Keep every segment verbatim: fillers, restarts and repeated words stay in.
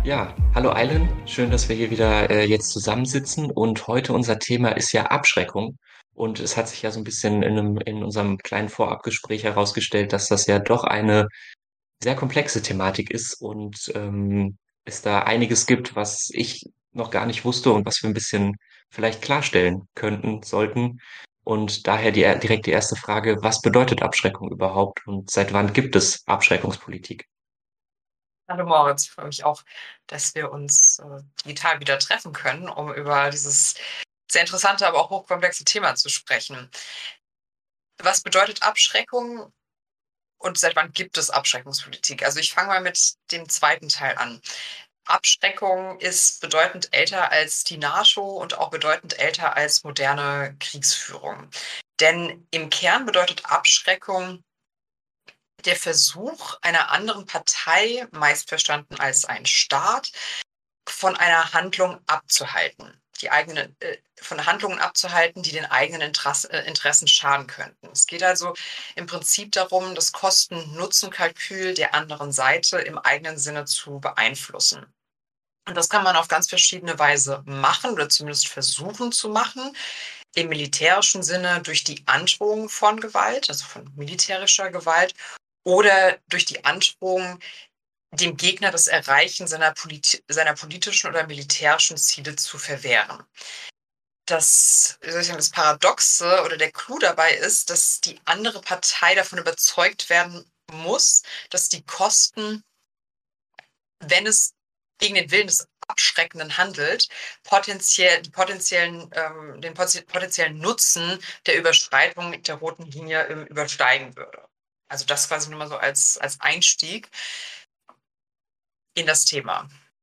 Ja, hallo Eilen, schön, dass wir hier wieder äh, jetzt zusammensitzen und heute unser Thema ist ja Abschreckung und es hat sich ja so ein bisschen in, einem, in unserem kleinen Vorabgespräch herausgestellt, dass das ja doch eine sehr komplexe Thematik ist und ähm, es da einiges gibt, was ich noch gar nicht wusste und was wir ein bisschen vielleicht klarstellen könnten, sollten. Und daher die, direkt die erste Frage, was bedeutet Abschreckung überhaupt und seit wann gibt es Abschreckungspolitik? Hallo Moritz, ich freue mich auch, dass wir uns äh, digital wieder treffen können, um über dieses sehr interessante, aber auch hochkomplexe Thema zu sprechen. Was bedeutet Abschreckung und seit wann gibt es Abschreckungspolitik? Also ich fange mal mit dem zweiten Teil an. Abschreckung ist bedeutend älter als die NATO und auch bedeutend älter als moderne Kriegsführung. Denn im Kern bedeutet Abschreckung der Versuch einer anderen Partei, meist verstanden als ein Staat, von einer Handlung abzuhalten, die eigenen, äh, von Handlungen abzuhalten, die den eigenen Interesse, äh, Interessen schaden könnten. Es geht also im Prinzip darum, das Kosten-Nutzen-Kalkül der anderen Seite im eigenen Sinne zu beeinflussen. Und das kann man auf ganz verschiedene Weise machen oder zumindest versuchen zu machen. Im militärischen Sinne durch die Androhung von Gewalt, also von militärischer Gewalt, oder durch die Androhung dem Gegner das Erreichen seiner, Polit seiner politischen oder militärischen Ziele zu verwehren. Das, wie soll ich sagen, das Paradoxe oder der Clou dabei ist, dass die andere Partei davon überzeugt werden muss, dass die Kosten, wenn es gegen den Willen des Abschreckenden handelt, potenziell, die potenziellen, ähm, den potenziellen Nutzen der Überschreitung der roten Linie ähm, übersteigen würde. Also das quasi nur mal so als, als Einstieg in das Thema.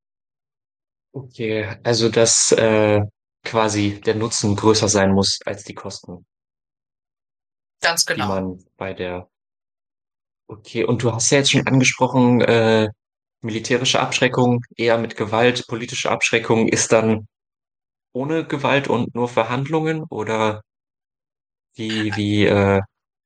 Okay, also dass äh, quasi der Nutzen größer sein muss als die Kosten, Ganz die genau. man bei der. Okay, und du hast ja jetzt schon angesprochen, äh, militärische Abschreckung eher mit Gewalt, politische Abschreckung ist dann ohne Gewalt und nur Verhandlungen oder wie, wie äh,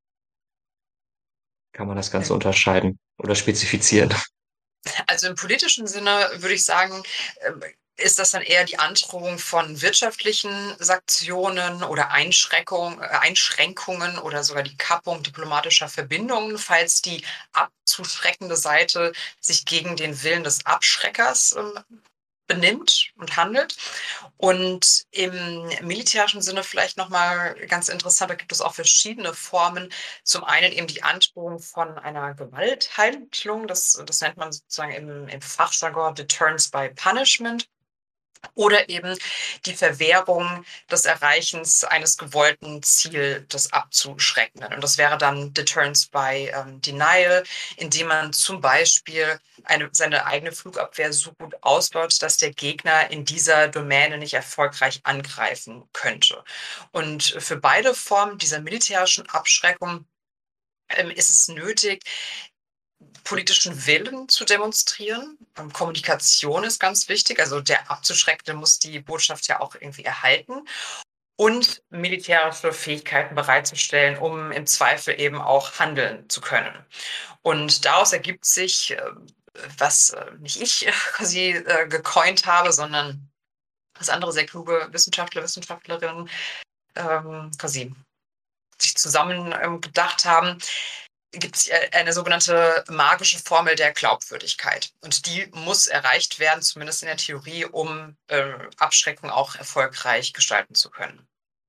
kann man das Ganze unterscheiden oder spezifizieren? Also im politischen Sinne würde ich sagen, ähm, ist das dann eher die Androhung von wirtschaftlichen Sanktionen oder Einschränkung, äh, Einschränkungen oder sogar die Kappung diplomatischer Verbindungen, falls die abzuschreckende Seite sich gegen den Willen des Abschreckers ähm, benimmt und handelt. Und im militärischen Sinne vielleicht nochmal ganz interessant, da gibt es auch verschiedene Formen. Zum einen eben die Androhung von einer Gewalthandlung, das, das nennt man sozusagen im, im Fachjargon Deterrence by Punishment. Oder eben die Verwehrung des Erreichens eines gewollten Ziels, das Abzuschreckenden. Und das wäre dann Deterrence by ähm, Denial, indem man zum Beispiel eine, seine eigene Flugabwehr so gut ausbaut, dass der Gegner in dieser Domäne nicht erfolgreich angreifen könnte. Und für beide Formen dieser militärischen Abschreckung ähm, ist es nötig, politischen Willen zu demonstrieren. Ähm, Kommunikation ist ganz wichtig. Also der Abzuschreckende muss die Botschaft ja auch irgendwie erhalten und militärische Fähigkeiten bereitzustellen, um im Zweifel eben auch handeln zu können. Und daraus ergibt sich, äh, was äh, nicht ich äh, quasi äh, gecoint habe, sondern was andere sehr kluge Wissenschaftler, Wissenschaftlerinnen ähm, quasi sich zusammen ähm, gedacht haben, gibt es eine sogenannte magische Formel der Glaubwürdigkeit. Und die muss erreicht werden, zumindest in der Theorie, um äh, Abschreckung auch erfolgreich gestalten zu können.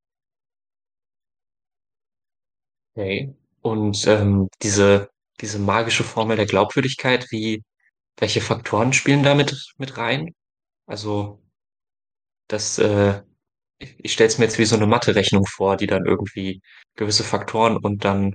Okay. Und ähm, diese, diese magische Formel der Glaubwürdigkeit, wie, welche Faktoren spielen da mit, mit rein? Also das, äh, ich, ich stelle es mir jetzt wie so eine Mathe-Rechnung vor, die dann irgendwie gewisse Faktoren und dann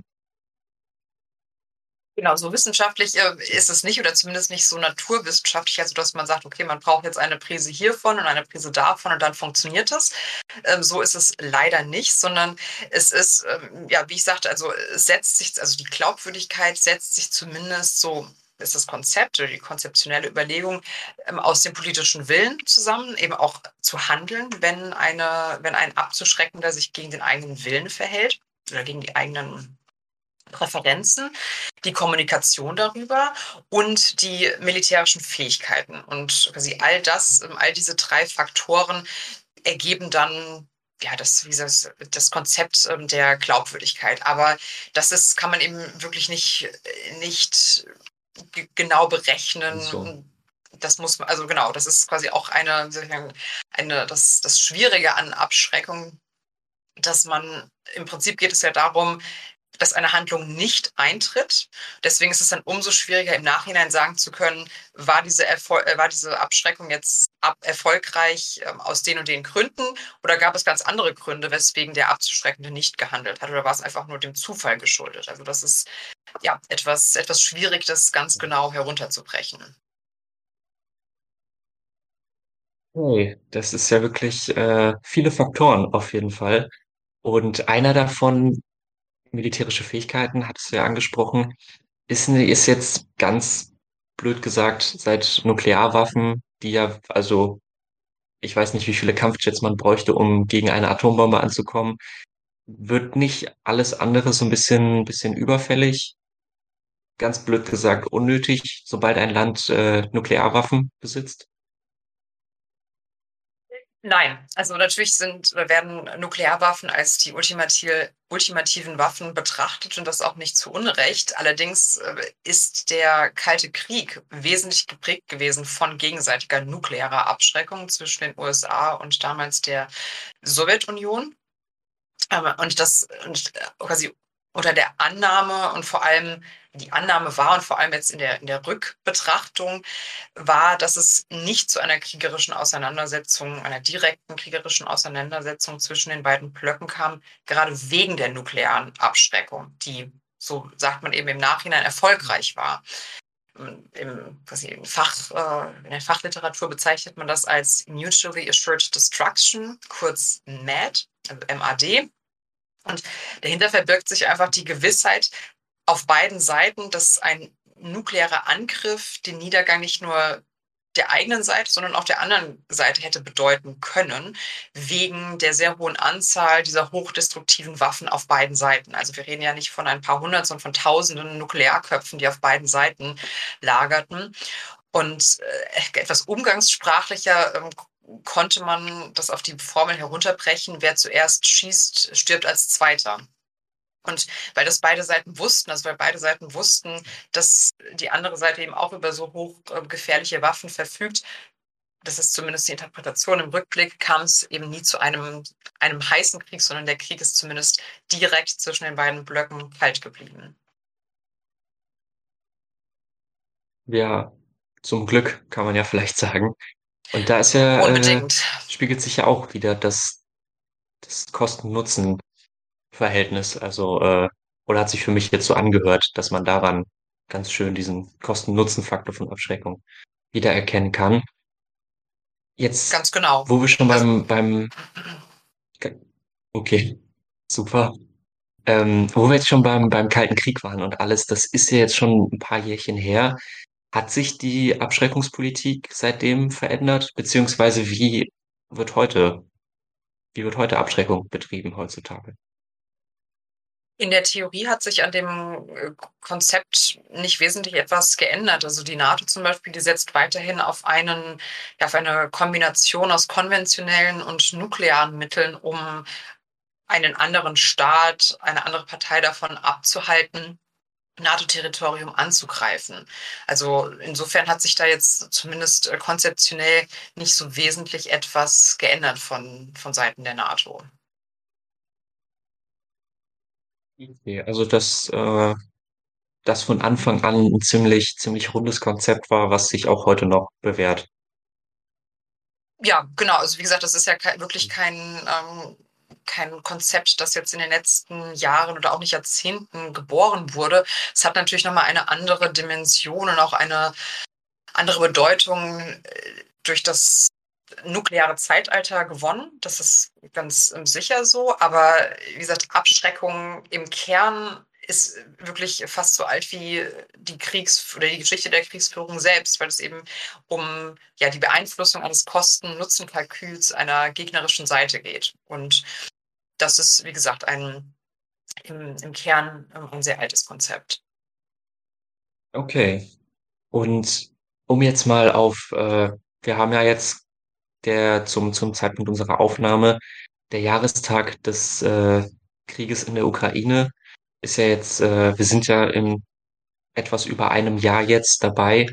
Genau, so wissenschaftlich äh, ist es nicht oder zumindest nicht so naturwissenschaftlich, also dass man sagt, okay, man braucht jetzt eine Prise hiervon und eine Prise davon und dann funktioniert das. Ähm, so ist es leider nicht, sondern es ist, ähm, ja, wie ich sagte, also es setzt sich, also die Glaubwürdigkeit setzt sich zumindest so ist das Konzept oder die konzeptionelle Überlegung ähm, aus dem politischen Willen zusammen, eben auch zu handeln, wenn eine, wenn ein Abzuschreckender sich gegen den eigenen Willen verhält oder gegen die eigenen Präferenzen, die Kommunikation darüber und die militärischen Fähigkeiten. Und quasi all das, ähm, all diese drei Faktoren ergeben dann ja das, wie das, das Konzept ähm, der Glaubwürdigkeit. Aber das ist, kann man eben wirklich nicht, nicht g- genau So. berechnen. Das muss man, also genau, das ist quasi auch eine, eine das, das Schwierige an Abschreckung, dass man, im Prinzip geht es ja darum, dass eine Handlung nicht eintritt. Deswegen ist es dann umso schwieriger, im Nachhinein sagen zu können, war diese, Erfol äh, war diese Abschreckung jetzt ab erfolgreich ähm, aus den und den Gründen oder gab es ganz andere Gründe, weswegen der Abzuschreckende nicht gehandelt hat oder war es einfach nur dem Zufall geschuldet? Also das ist ja etwas, etwas schwierig, das ganz genau herunterzubrechen. Hey, das ist ja wirklich äh, viele Faktoren auf jeden Fall. Und einer davon, militärische Fähigkeiten, hattest du ja angesprochen, ist, ne- ist jetzt ganz blöd gesagt, seit Nuklearwaffen, die ja, also ich weiß nicht, wie viele Kampfjets man bräuchte, um gegen eine Atombombe anzukommen, wird nicht alles andere so ein bisschen, bisschen überfällig, ganz blöd gesagt unnötig, sobald ein Land äh, Nuklearwaffen besitzt? Nein, also natürlich sind oder werden Nuklearwaffen als die ultimativ, ultimativen Waffen betrachtet und das auch nicht zu Unrecht. Allerdings äh, ist der Kalte Krieg wesentlich geprägt gewesen von gegenseitiger nuklearer Abschreckung zwischen den U S A und damals der Sowjetunion. Aber, und das und quasi unter der Annahme und vor allem die Annahme war und vor allem jetzt in der, in der Rückbetrachtung war, dass es nicht zu einer kriegerischen Auseinandersetzung, einer direkten kriegerischen Auseinandersetzung zwischen den beiden Blöcken kam, gerade wegen der nuklearen Abschreckung, die, so sagt man eben im Nachhinein, erfolgreich war. Im, quasi im Fach, äh, in der Fachliteratur bezeichnet man das als Mutually Assured Destruction, kurz M A D, also M A D. Und dahinter verbirgt sich einfach die Gewissheit auf beiden Seiten, dass ein nuklearer Angriff den Niedergang nicht nur der eigenen Seite, sondern auch der anderen Seite hätte bedeuten können, wegen der sehr hohen Anzahl dieser hochdestruktiven Waffen auf beiden Seiten. Also wir reden ja nicht von ein paar hundert, sondern von tausenden Nuklearköpfen, die auf beiden Seiten lagerten. Und äh, etwas umgangssprachlicher ähm, konnte man das auf die Formel herunterbrechen, wer zuerst schießt, stirbt als Zweiter. Und weil das beide Seiten wussten, also weil beide Seiten wussten, dass die andere Seite eben auch über so hochgefährliche Waffen verfügt, das ist zumindest die Interpretation im Rückblick, kam es eben nie zu einem, einem heißen Krieg, sondern der Krieg ist zumindest direkt zwischen den beiden Blöcken kalt geblieben. Ja, zum Glück kann man ja vielleicht sagen. Und da ist ja, äh, Unbedingt. spiegelt sich ja auch wieder das, das Kosten-Nutzen-Verhältnis. Also, äh, oder hat sich für mich jetzt so angehört, dass man daran ganz schön diesen Kosten-Nutzen-Faktor von Abschreckung wiedererkennen kann. Jetzt, Ganz genau. wo wir schon Also beim, beim, okay, super. Ähm, wo wir jetzt schon beim, beim Kalten Krieg waren und alles, das ist ja jetzt schon ein paar Jährchen her. Hat sich die Abschreckungspolitik seitdem verändert? Beziehungsweise wie wird heute, wie wird heute Abschreckung betrieben heutzutage? in der Theorie hat sich an dem äh, Konzept nicht wesentlich etwas geändert. Also die NATO zum Beispiel, die setzt weiterhin auf einen, ja, auf eine Kombination aus konventionellen und nuklearen Mitteln, um einen anderen Staat, eine andere Partei davon abzuhalten, NATO-Territorium anzugreifen. Also insofern hat sich da jetzt zumindest äh, konzeptionell nicht so wesentlich etwas geändert von, von Seiten der NATO. Okay, also dass äh, das von Anfang an ein ziemlich, ziemlich rundes Konzept war, was sich auch heute noch bewährt. Ja, genau. Also wie gesagt, das ist ja ke wirklich kein, ähm, kein Konzept, das jetzt in den letzten Jahren oder auch nicht Jahrzehnten geboren wurde. Es hat natürlich nochmal eine andere Dimension und auch eine andere Bedeutung äh, durch das nukleare Zeitalter gewonnen. Das ist ganz ähm, sicher so. Aber wie gesagt, Abschreckung im Kern ist wirklich fast so alt wie die Kriegs- oder die Geschichte der Kriegsführung selbst, weil es eben um ja, die Beeinflussung eines Kosten-Nutzen-Kalküls einer gegnerischen Seite geht. Und das ist, wie gesagt, ein im, im Kern ähm, ein sehr altes Konzept. Okay. Und um jetzt mal auf, äh, wir haben ja jetzt der zum, zum Zeitpunkt unserer Aufnahme, der Jahrestag des äh, Krieges in der Ukraine ist ja jetzt, äh, wir sind ja in etwas über einem Jahr jetzt dabei.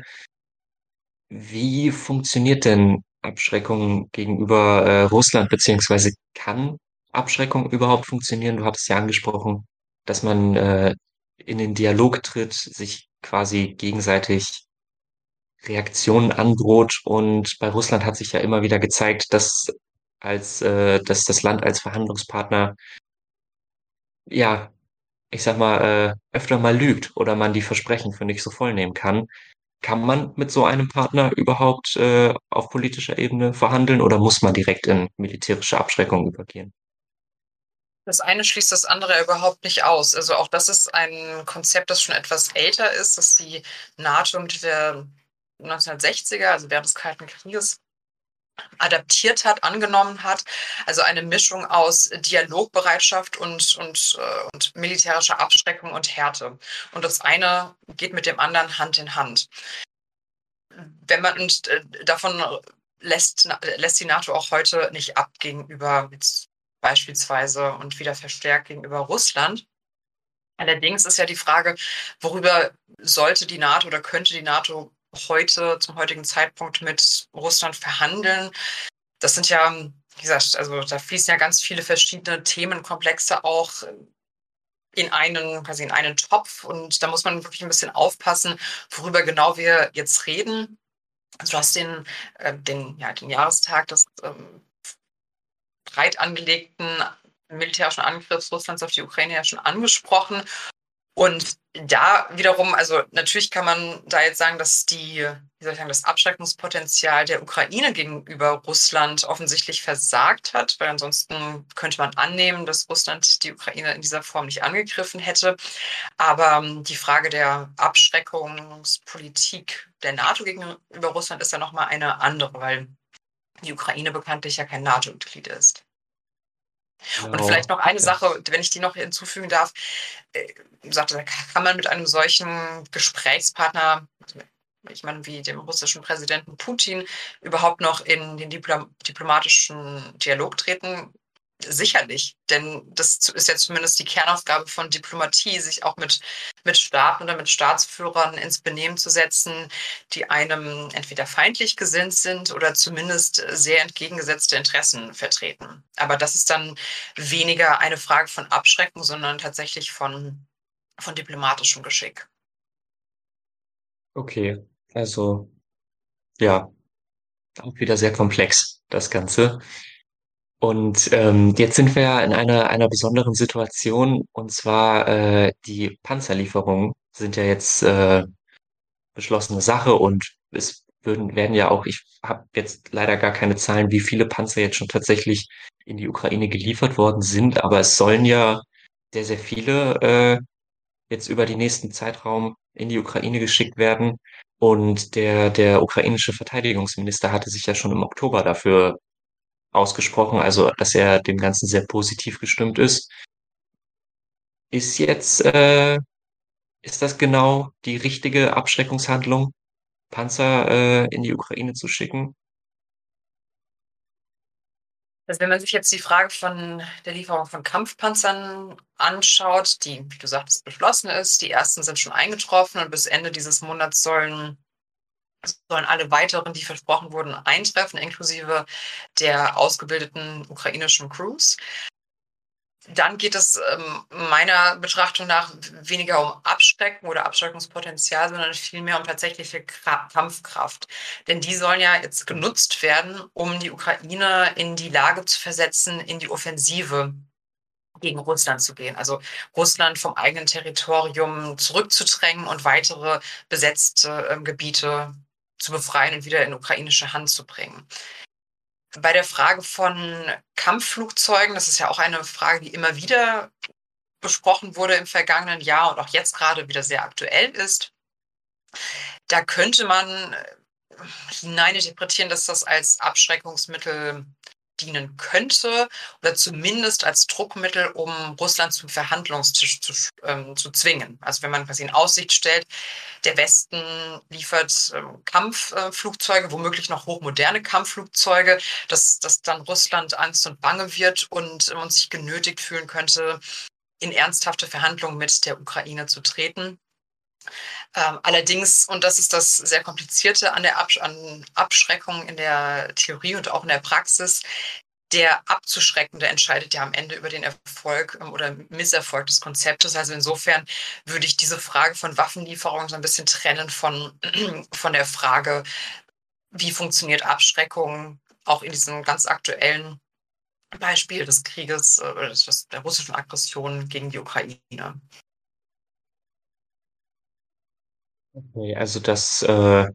Wie funktioniert denn Abschreckung gegenüber äh, Russland, beziehungsweise kann Abschreckung überhaupt funktionieren? Du hattest ja angesprochen, dass man äh, in den Dialog tritt, sich quasi gegenseitig Reaktionen androht. Und bei Russland hat sich ja immer wieder gezeigt, dass als äh, dass das Land als Verhandlungspartner, ja, ich sag mal, äh, öfter mal lügt oder man die Versprechen für nicht so voll nehmen kann. Kann man mit so einem Partner überhaupt äh, auf politischer Ebene verhandeln oder muss man direkt in militärische Abschreckung übergehen? Das eine schließt das andere überhaupt nicht aus. Also auch das ist ein Konzept, das schon etwas älter ist, dass die NATO mit der neunzehnhundertsechziger, also während des Kalten Krieges, adaptiert hat, angenommen hat. Also eine Mischung aus Dialogbereitschaft und, und, äh, und militärischer Abschreckung und Härte. Und das eine geht mit dem anderen Hand in Hand. Wenn man und, äh, davon lässt, lässt die NATO auch heute nicht ab gegenüber jetzt beispielsweise und wieder verstärkt gegenüber Russland. Allerdings ist ja die Frage, worüber sollte die NATO oder könnte die NATO heute zum heutigen Zeitpunkt mit Russland verhandeln? Das sind ja, wie gesagt, also da fließen ja ganz viele verschiedene Themenkomplexe auch in einen, quasi in einen Topf und da muss man wirklich ein bisschen aufpassen, worüber genau wir jetzt reden. Also du hast den, äh, den, ja, den Jahrestag des ähm, breit angelegten militärischen Angriffs Russlands auf die Ukraine ja schon angesprochen. Und da wiederum, also natürlich kann man da jetzt sagen, dass die, wie soll ich sagen, das Abschreckungspotenzial der Ukraine gegenüber Russland offensichtlich versagt hat, weil ansonsten könnte man annehmen, dass Russland die Ukraine in dieser Form nicht angegriffen hätte. Aber ähm, die Frage der Abschreckungspolitik der NATO gegenüber Russland ist ja nochmal eine andere, weil die Ukraine bekanntlich ja kein NATO-Mitglied ist. Und vielleicht Genau. noch eine Ja. Sache, wenn ich die noch hinzufügen darf. Äh, sagte, kann man mit einem solchen Gesprächspartner, ich meine, wie dem russischen Präsidenten Putin, überhaupt noch in den diplomatischen Dialog treten? Sicherlich, denn das ist ja zumindest die Kernaufgabe von Diplomatie, sich auch mit, mit Staaten oder mit Staatsführern ins Benehmen zu setzen, die einem entweder feindlich gesinnt sind oder zumindest sehr entgegengesetzte Interessen vertreten. Aber das ist dann weniger eine Frage von Abschreckung, sondern tatsächlich von, von diplomatischem Geschick. Okay, also ja, auch wieder sehr komplex, das Ganze. Und ähm, jetzt sind wir ja in einer, einer besonderen Situation, und zwar äh, die Panzerlieferungen sind ja jetzt äh, beschlossene Sache und es würden, werden ja auch, ich habe jetzt leider gar keine Zahlen, wie viele Panzer jetzt schon tatsächlich in die Ukraine geliefert worden sind, aber es sollen ja sehr, sehr viele äh, jetzt über den nächsten Zeitraum in die Ukraine geschickt werden. Und der, der ukrainische Verteidigungsminister hatte sich ja schon im Oktober dafür ausgesprochen, also dass er dem Ganzen sehr positiv gestimmt ist. Ist jetzt, äh, ist das genau die richtige Abschreckungshandlung, Panzer, äh, in die Ukraine zu schicken? Also wenn man sich jetzt die Frage von der Lieferung von Kampfpanzern anschaut, die, wie du sagtest, beschlossen ist, die ersten sind schon eingetroffen und bis Ende dieses Monats sollen, sollen alle weiteren, die versprochen wurden, eintreffen, inklusive der ausgebildeten ukrainischen Crews. Dann geht es ähm, meiner Betrachtung nach weniger um Abschrecken oder Abschreckungspotenzial, sondern vielmehr um tatsächliche Kra- Kampfkraft. Denn die sollen ja jetzt genutzt werden, um die Ukraine in die Lage zu versetzen, in die Offensive gegen Russland zu gehen. Also Russland vom eigenen Territorium zurückzudrängen und weitere besetzte ähm, Gebiete zu befreien und wieder in ukrainische Hand zu bringen. Bei der Frage von Kampfflugzeugen, das ist ja auch eine Frage, die immer wieder besprochen wurde im vergangenen Jahr und auch jetzt gerade wieder sehr aktuell ist. Da könnte man hineininterpretieren, dass das als Abschreckungsmittel dienen könnte oder zumindest als Druckmittel, um Russland zum Verhandlungstisch zu, ähm, zu zwingen. Also wenn man quasi in Aussicht stellt, der Westen liefert ähm, Kampfflugzeuge, womöglich noch hochmoderne Kampfflugzeuge, dass, dass dann Russland Angst und Bange wird und man sich genötigt fühlen könnte, in ernsthafte Verhandlungen mit der Ukraine zu treten. Ähm, allerdings, und das ist das sehr Komplizierte an der Absch an Abschreckung in der Theorie und auch in der Praxis, der Abzuschreckende entscheidet ja am Ende über den Erfolg ähm, oder Misserfolg des Konzeptes. Also insofern würde ich diese Frage von Waffenlieferungen so ein bisschen trennen von, von der Frage, wie funktioniert Abschreckung auch in diesem ganz aktuellen Beispiel des Krieges äh, oder des, der russischen Aggression gegen die Ukraine. Okay, also dass äh,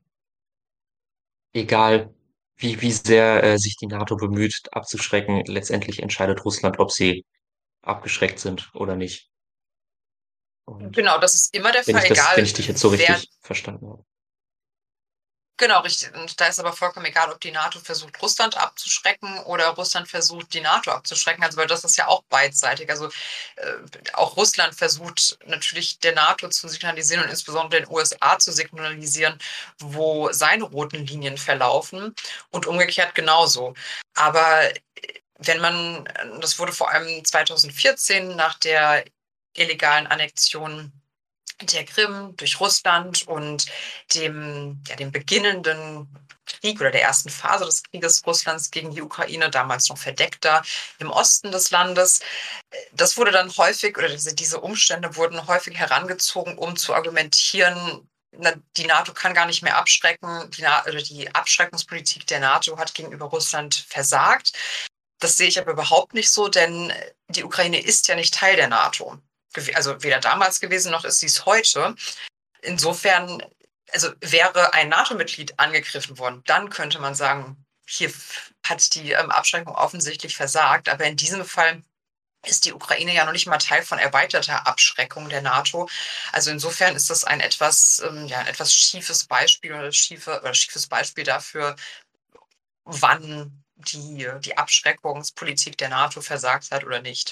egal wie, wie sehr äh, sich die NATO bemüht, abzuschrecken, letztendlich entscheidet Russland, ob sie abgeschreckt sind oder nicht. Und Genau, das ist immer der wenn Fall, ich das, wenn egal ich dich jetzt so wer. richtig verstanden habe. Genau, richtig. Und da ist aber vollkommen egal, ob die NATO versucht, Russland abzuschrecken oder Russland versucht, die NATO abzuschrecken. Also, weil das ist ja auch beidseitig. Also, äh, auch Russland versucht natürlich der NATO zu signalisieren und insbesondere den U S A zu signalisieren, wo seine roten Linien verlaufen und umgekehrt genauso. Aber äh, wenn man, das wurde vor allem zweitausendvierzehn nach der illegalen Annexion der Krim durch Russland und dem, ja, dem beginnenden Krieg oder der ersten Phase des Krieges Russlands gegen die Ukraine, damals noch verdeckter im Osten des Landes. Das wurde dann häufig, oder diese, diese Umstände wurden häufig herangezogen, um zu argumentieren, na, die NATO kann gar nicht mehr abschrecken, die, Na oder die Abschreckungspolitik der NATO hat gegenüber Russland versagt. Das sehe ich aber überhaupt nicht so, denn die Ukraine ist ja nicht Teil der NATO. Also weder damals gewesen, noch ist sie es heute. Insofern, also wäre ein NATO-Mitglied angegriffen worden, dann könnte man sagen, hier hat die ähm, Abschreckung offensichtlich versagt. Aber in diesem Fall ist die Ukraine ja noch nicht mal Teil von erweiterter Abschreckung der NATO. Also insofern ist das ein etwas, ähm, ja, ein etwas schiefes Beispiel oder, schiefe, oder schiefes Beispiel dafür, wann die, die Abschreckungspolitik der NATO versagt hat oder nicht.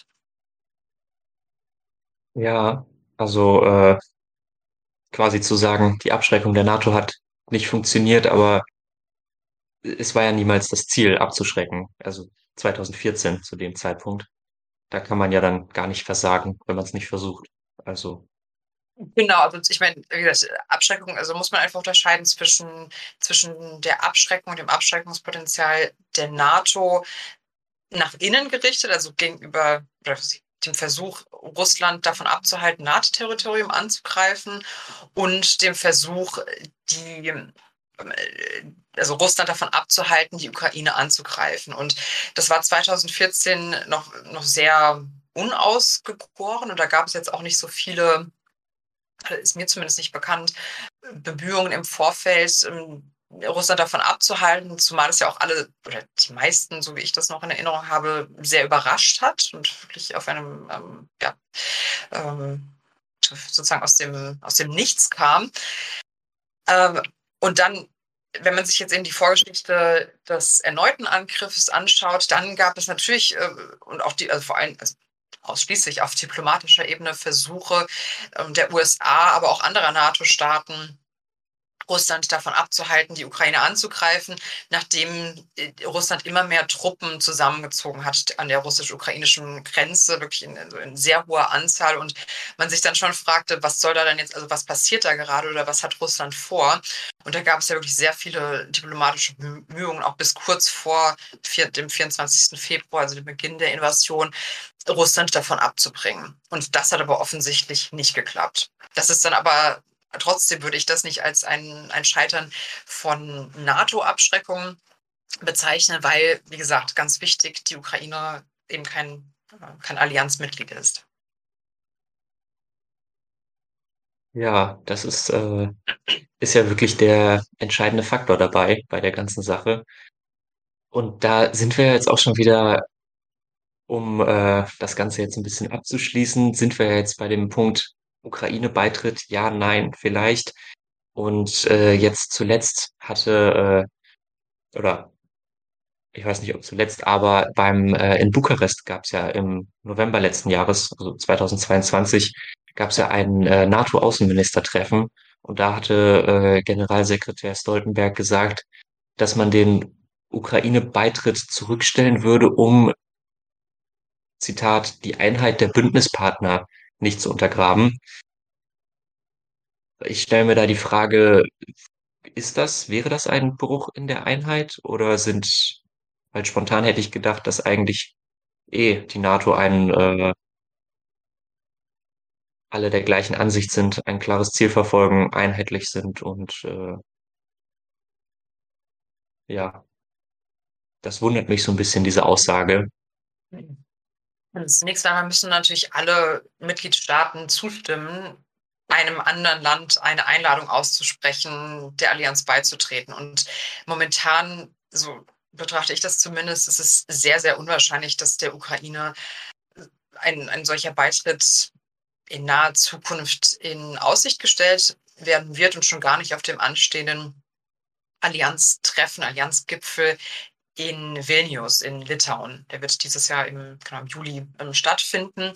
Ja, also äh, quasi zu sagen, die Abschreckung der NATO hat nicht funktioniert, aber es war ja niemals das Ziel, abzuschrecken. Also zweitausendvierzehn zu dem Zeitpunkt. Da kann man ja dann gar nicht versagen, wenn man es nicht versucht. Also, Genau, also ich meine, wie gesagt, Abschreckung, also muss man einfach unterscheiden zwischen, zwischen der Abschreckung und dem Abschreckungspotenzial der NATO nach innen gerichtet, also gegenüber dem Versuch, Russland davon abzuhalten, NATO-Territorium anzugreifen und dem Versuch, die, also Russland davon abzuhalten, die Ukraine anzugreifen. Und das war zweitausendvierzehn noch, noch sehr unausgegoren und da gab es jetzt auch nicht so viele, ist mir zumindest nicht bekannt, Bemühungen im Vorfeld, ähm, Russland davon abzuhalten, zumal es ja auch alle oder die meisten, so wie ich das noch in Erinnerung habe, sehr überrascht hat und wirklich auf einem, ähm, ja, ähm, sozusagen aus dem, aus dem Nichts kam. Ähm, und dann, wenn man sich jetzt eben die Vorgeschichte des erneuten Angriffs anschaut, dann gab es natürlich äh, und auch die, also vor allem also ausschließlich auf diplomatischer Ebene Versuche ähm, der U S A, aber auch anderer NATO-Staaten, Russland davon abzuhalten, die Ukraine anzugreifen, nachdem Russland immer mehr Truppen zusammengezogen hat an der russisch-ukrainischen Grenze, wirklich in, also in sehr hoher Anzahl. Und man sich dann schon fragte, was soll da denn jetzt, also was passiert da gerade oder was hat Russland vor? Und da gab es ja wirklich sehr viele diplomatische Bemühungen, auch bis kurz vor dem vierundzwanzigsten Februar, also dem Beginn der Invasion, Russland davon abzubringen. Und das hat aber offensichtlich nicht geklappt. Das ist dann aber trotzdem würde ich das nicht als ein, ein Scheitern von NATO-Abschreckung bezeichnen, weil, wie gesagt, ganz wichtig, die Ukraine eben kein, kein Allianzmitglied ist. ja, das ist, äh, ist ja wirklich der entscheidende Faktor dabei bei der ganzen Sache. Und da sind wir jetzt auch schon wieder, um äh, das Ganze jetzt ein bisschen abzuschließen, sind wir jetzt bei dem Punkt Ukraine-Beitritt, ja, nein, vielleicht. Und äh, jetzt zuletzt hatte, äh, oder ich weiß nicht, ob zuletzt, aber beim äh, in Bukarest gab es ja im November letzten Jahres, also zweitausendzweiundzwanzig, gab es ja ein äh, NATO-Außenministertreffen und da hatte äh, Generalsekretär Stoltenberg gesagt, dass man den Ukraine-Beitritt zurückstellen würde, um, Zitat, die Einheit der Bündnispartner nicht zu untergraben. Ich stelle mir da die Frage, ist das, wäre das ein Bruch in der Einheit oder sind, weil spontan hätte ich gedacht, dass eigentlich eh die NATO ein, äh, alle der gleichen Ansicht sind, ein klares Ziel verfolgen, einheitlich sind und äh, ja, das wundert mich so ein bisschen, diese Aussage. Und zunächst einmal müssen natürlich alle Mitgliedstaaten zustimmen, einem anderen Land eine Einladung auszusprechen, der Allianz beizutreten. Und momentan, so betrachte ich das zumindest, ist es sehr, sehr unwahrscheinlich, dass der Ukraine ein, ein solcher Beitritt in naher Zukunft in Aussicht gestellt werden wird und schon gar nicht auf dem anstehenden Allianztreffen, Allianzgipfel in Vilnius in Litauen. Der wird dieses Jahr im, genau, im Juli ähm, stattfinden.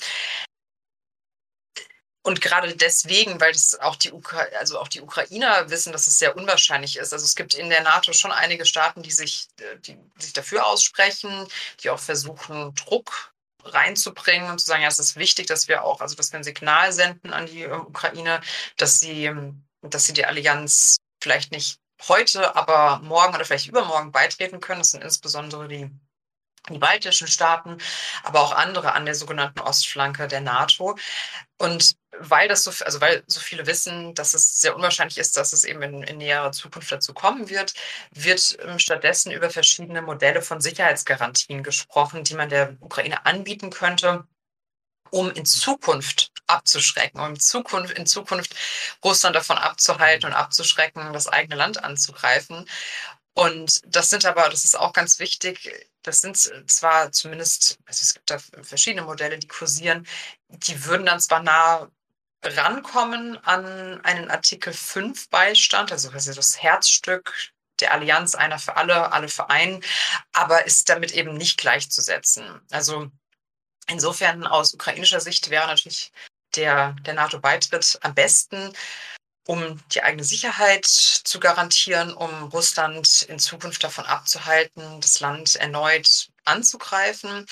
Und gerade deswegen, weil das auch die, Ukra also auch die Ukrainer wissen, dass es sehr unwahrscheinlich ist. Also es gibt in der NATO schon einige Staaten, die sich, die, die sich dafür aussprechen, die auch versuchen, Druck reinzubringen und zu sagen, ja, es ist wichtig, dass wir auch, also dass wir ein Signal senden an die Ukraine, dass sie, dass sie die Allianz vielleicht nicht heute, aber morgen oder vielleicht übermorgen beitreten können. Das sind insbesondere die, die baltischen Staaten, aber auch andere an der sogenannten Ostflanke der NATO. Und weil das so, also weil so viele wissen, dass es sehr unwahrscheinlich ist, dass es eben in, in näherer Zukunft dazu kommen wird, wird ähm, stattdessen über verschiedene Modelle von Sicherheitsgarantien gesprochen, die man der Ukraine anbieten könnte, um in Zukunft abzuschrecken, um in Zukunft, in Zukunft Russland davon abzuhalten und abzuschrecken, das eigene Land anzugreifen. Und das sind aber, das ist auch ganz wichtig, das sind zwar zumindest, also es gibt da verschiedene Modelle, die kursieren, die würden dann zwar nah rankommen an einen Artikel fünf Beistand, also quasi das Herzstück der Allianz, einer für alle, alle für einen, aber ist damit eben nicht gleichzusetzen. Also insofern aus ukrainischer Sicht wäre natürlich der, der NATO-Beitritt am besten, um die eigene Sicherheit zu garantieren, um Russland in Zukunft davon abzuhalten, das Land erneut anzugreifen.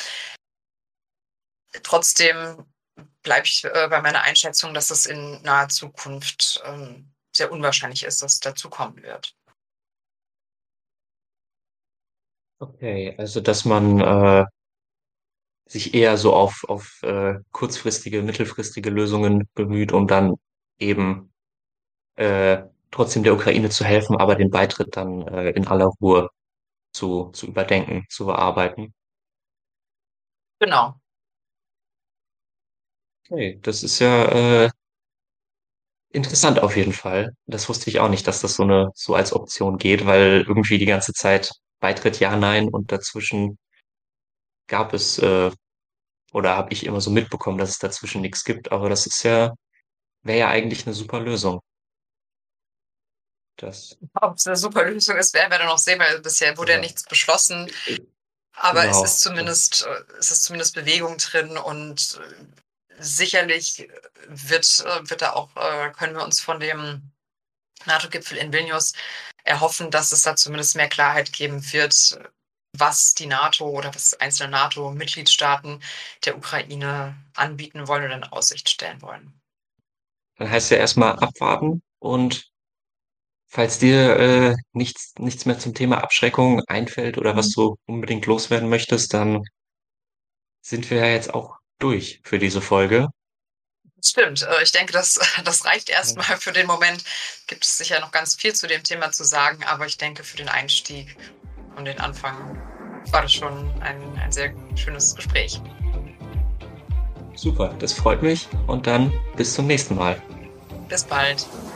Trotzdem bleibe ich äh, bei meiner Einschätzung, dass es in naher Zukunft ähm, sehr unwahrscheinlich ist, dass es dazu kommen wird. Okay, also dass man äh, sich eher so auf, auf äh, kurzfristige, mittelfristige Lösungen bemüht, um dann eben äh, trotzdem der Ukraine zu helfen, aber den Beitritt dann äh, in aller Ruhe zu, zu überdenken, zu bearbeiten. Genau. Okay, das ist ja äh, interessant auf jeden Fall. Das wusste ich auch nicht, dass das so eine so als Option geht, weil irgendwie die ganze Zeit Beitritt ja, nein und dazwischen gab es äh, oder habe ich immer so mitbekommen, dass es dazwischen nichts gibt. Aber das ist ja wäre ja eigentlich eine super Lösung. Das Ob es eine super Lösung ist, werden wir dann noch sehen, weil bisher wurde ja ja nichts beschlossen. äh, Aber es ist genau das zumindest, äh, es ist zumindest Bewegung drin und äh, sicherlich wird, äh, wird da auch, äh, können wir uns von dem NATO-Gipfel in Vilnius erhoffen, dass es da zumindest mehr Klarheit geben wird, was die NATO oder was einzelne NATO-Mitgliedstaaten der Ukraine anbieten wollen oder in Aussicht stellen wollen. dann heißt ja erstmal abwarten und falls dir äh, nichts, nichts mehr zum Thema Abschreckung einfällt oder was du unbedingt loswerden möchtest, dann sind wir ja jetzt auch durch für diese Folge. Stimmt, äh, ich denke, das, das reicht erstmal für den Moment. Gibt es sicher noch ganz viel zu dem Thema zu sagen, aber ich denke, für den Einstieg und den Anfang war das schon ein, ein sehr schönes Gespräch. Super, das freut mich und dann bis zum nächsten Mal. Bis bald.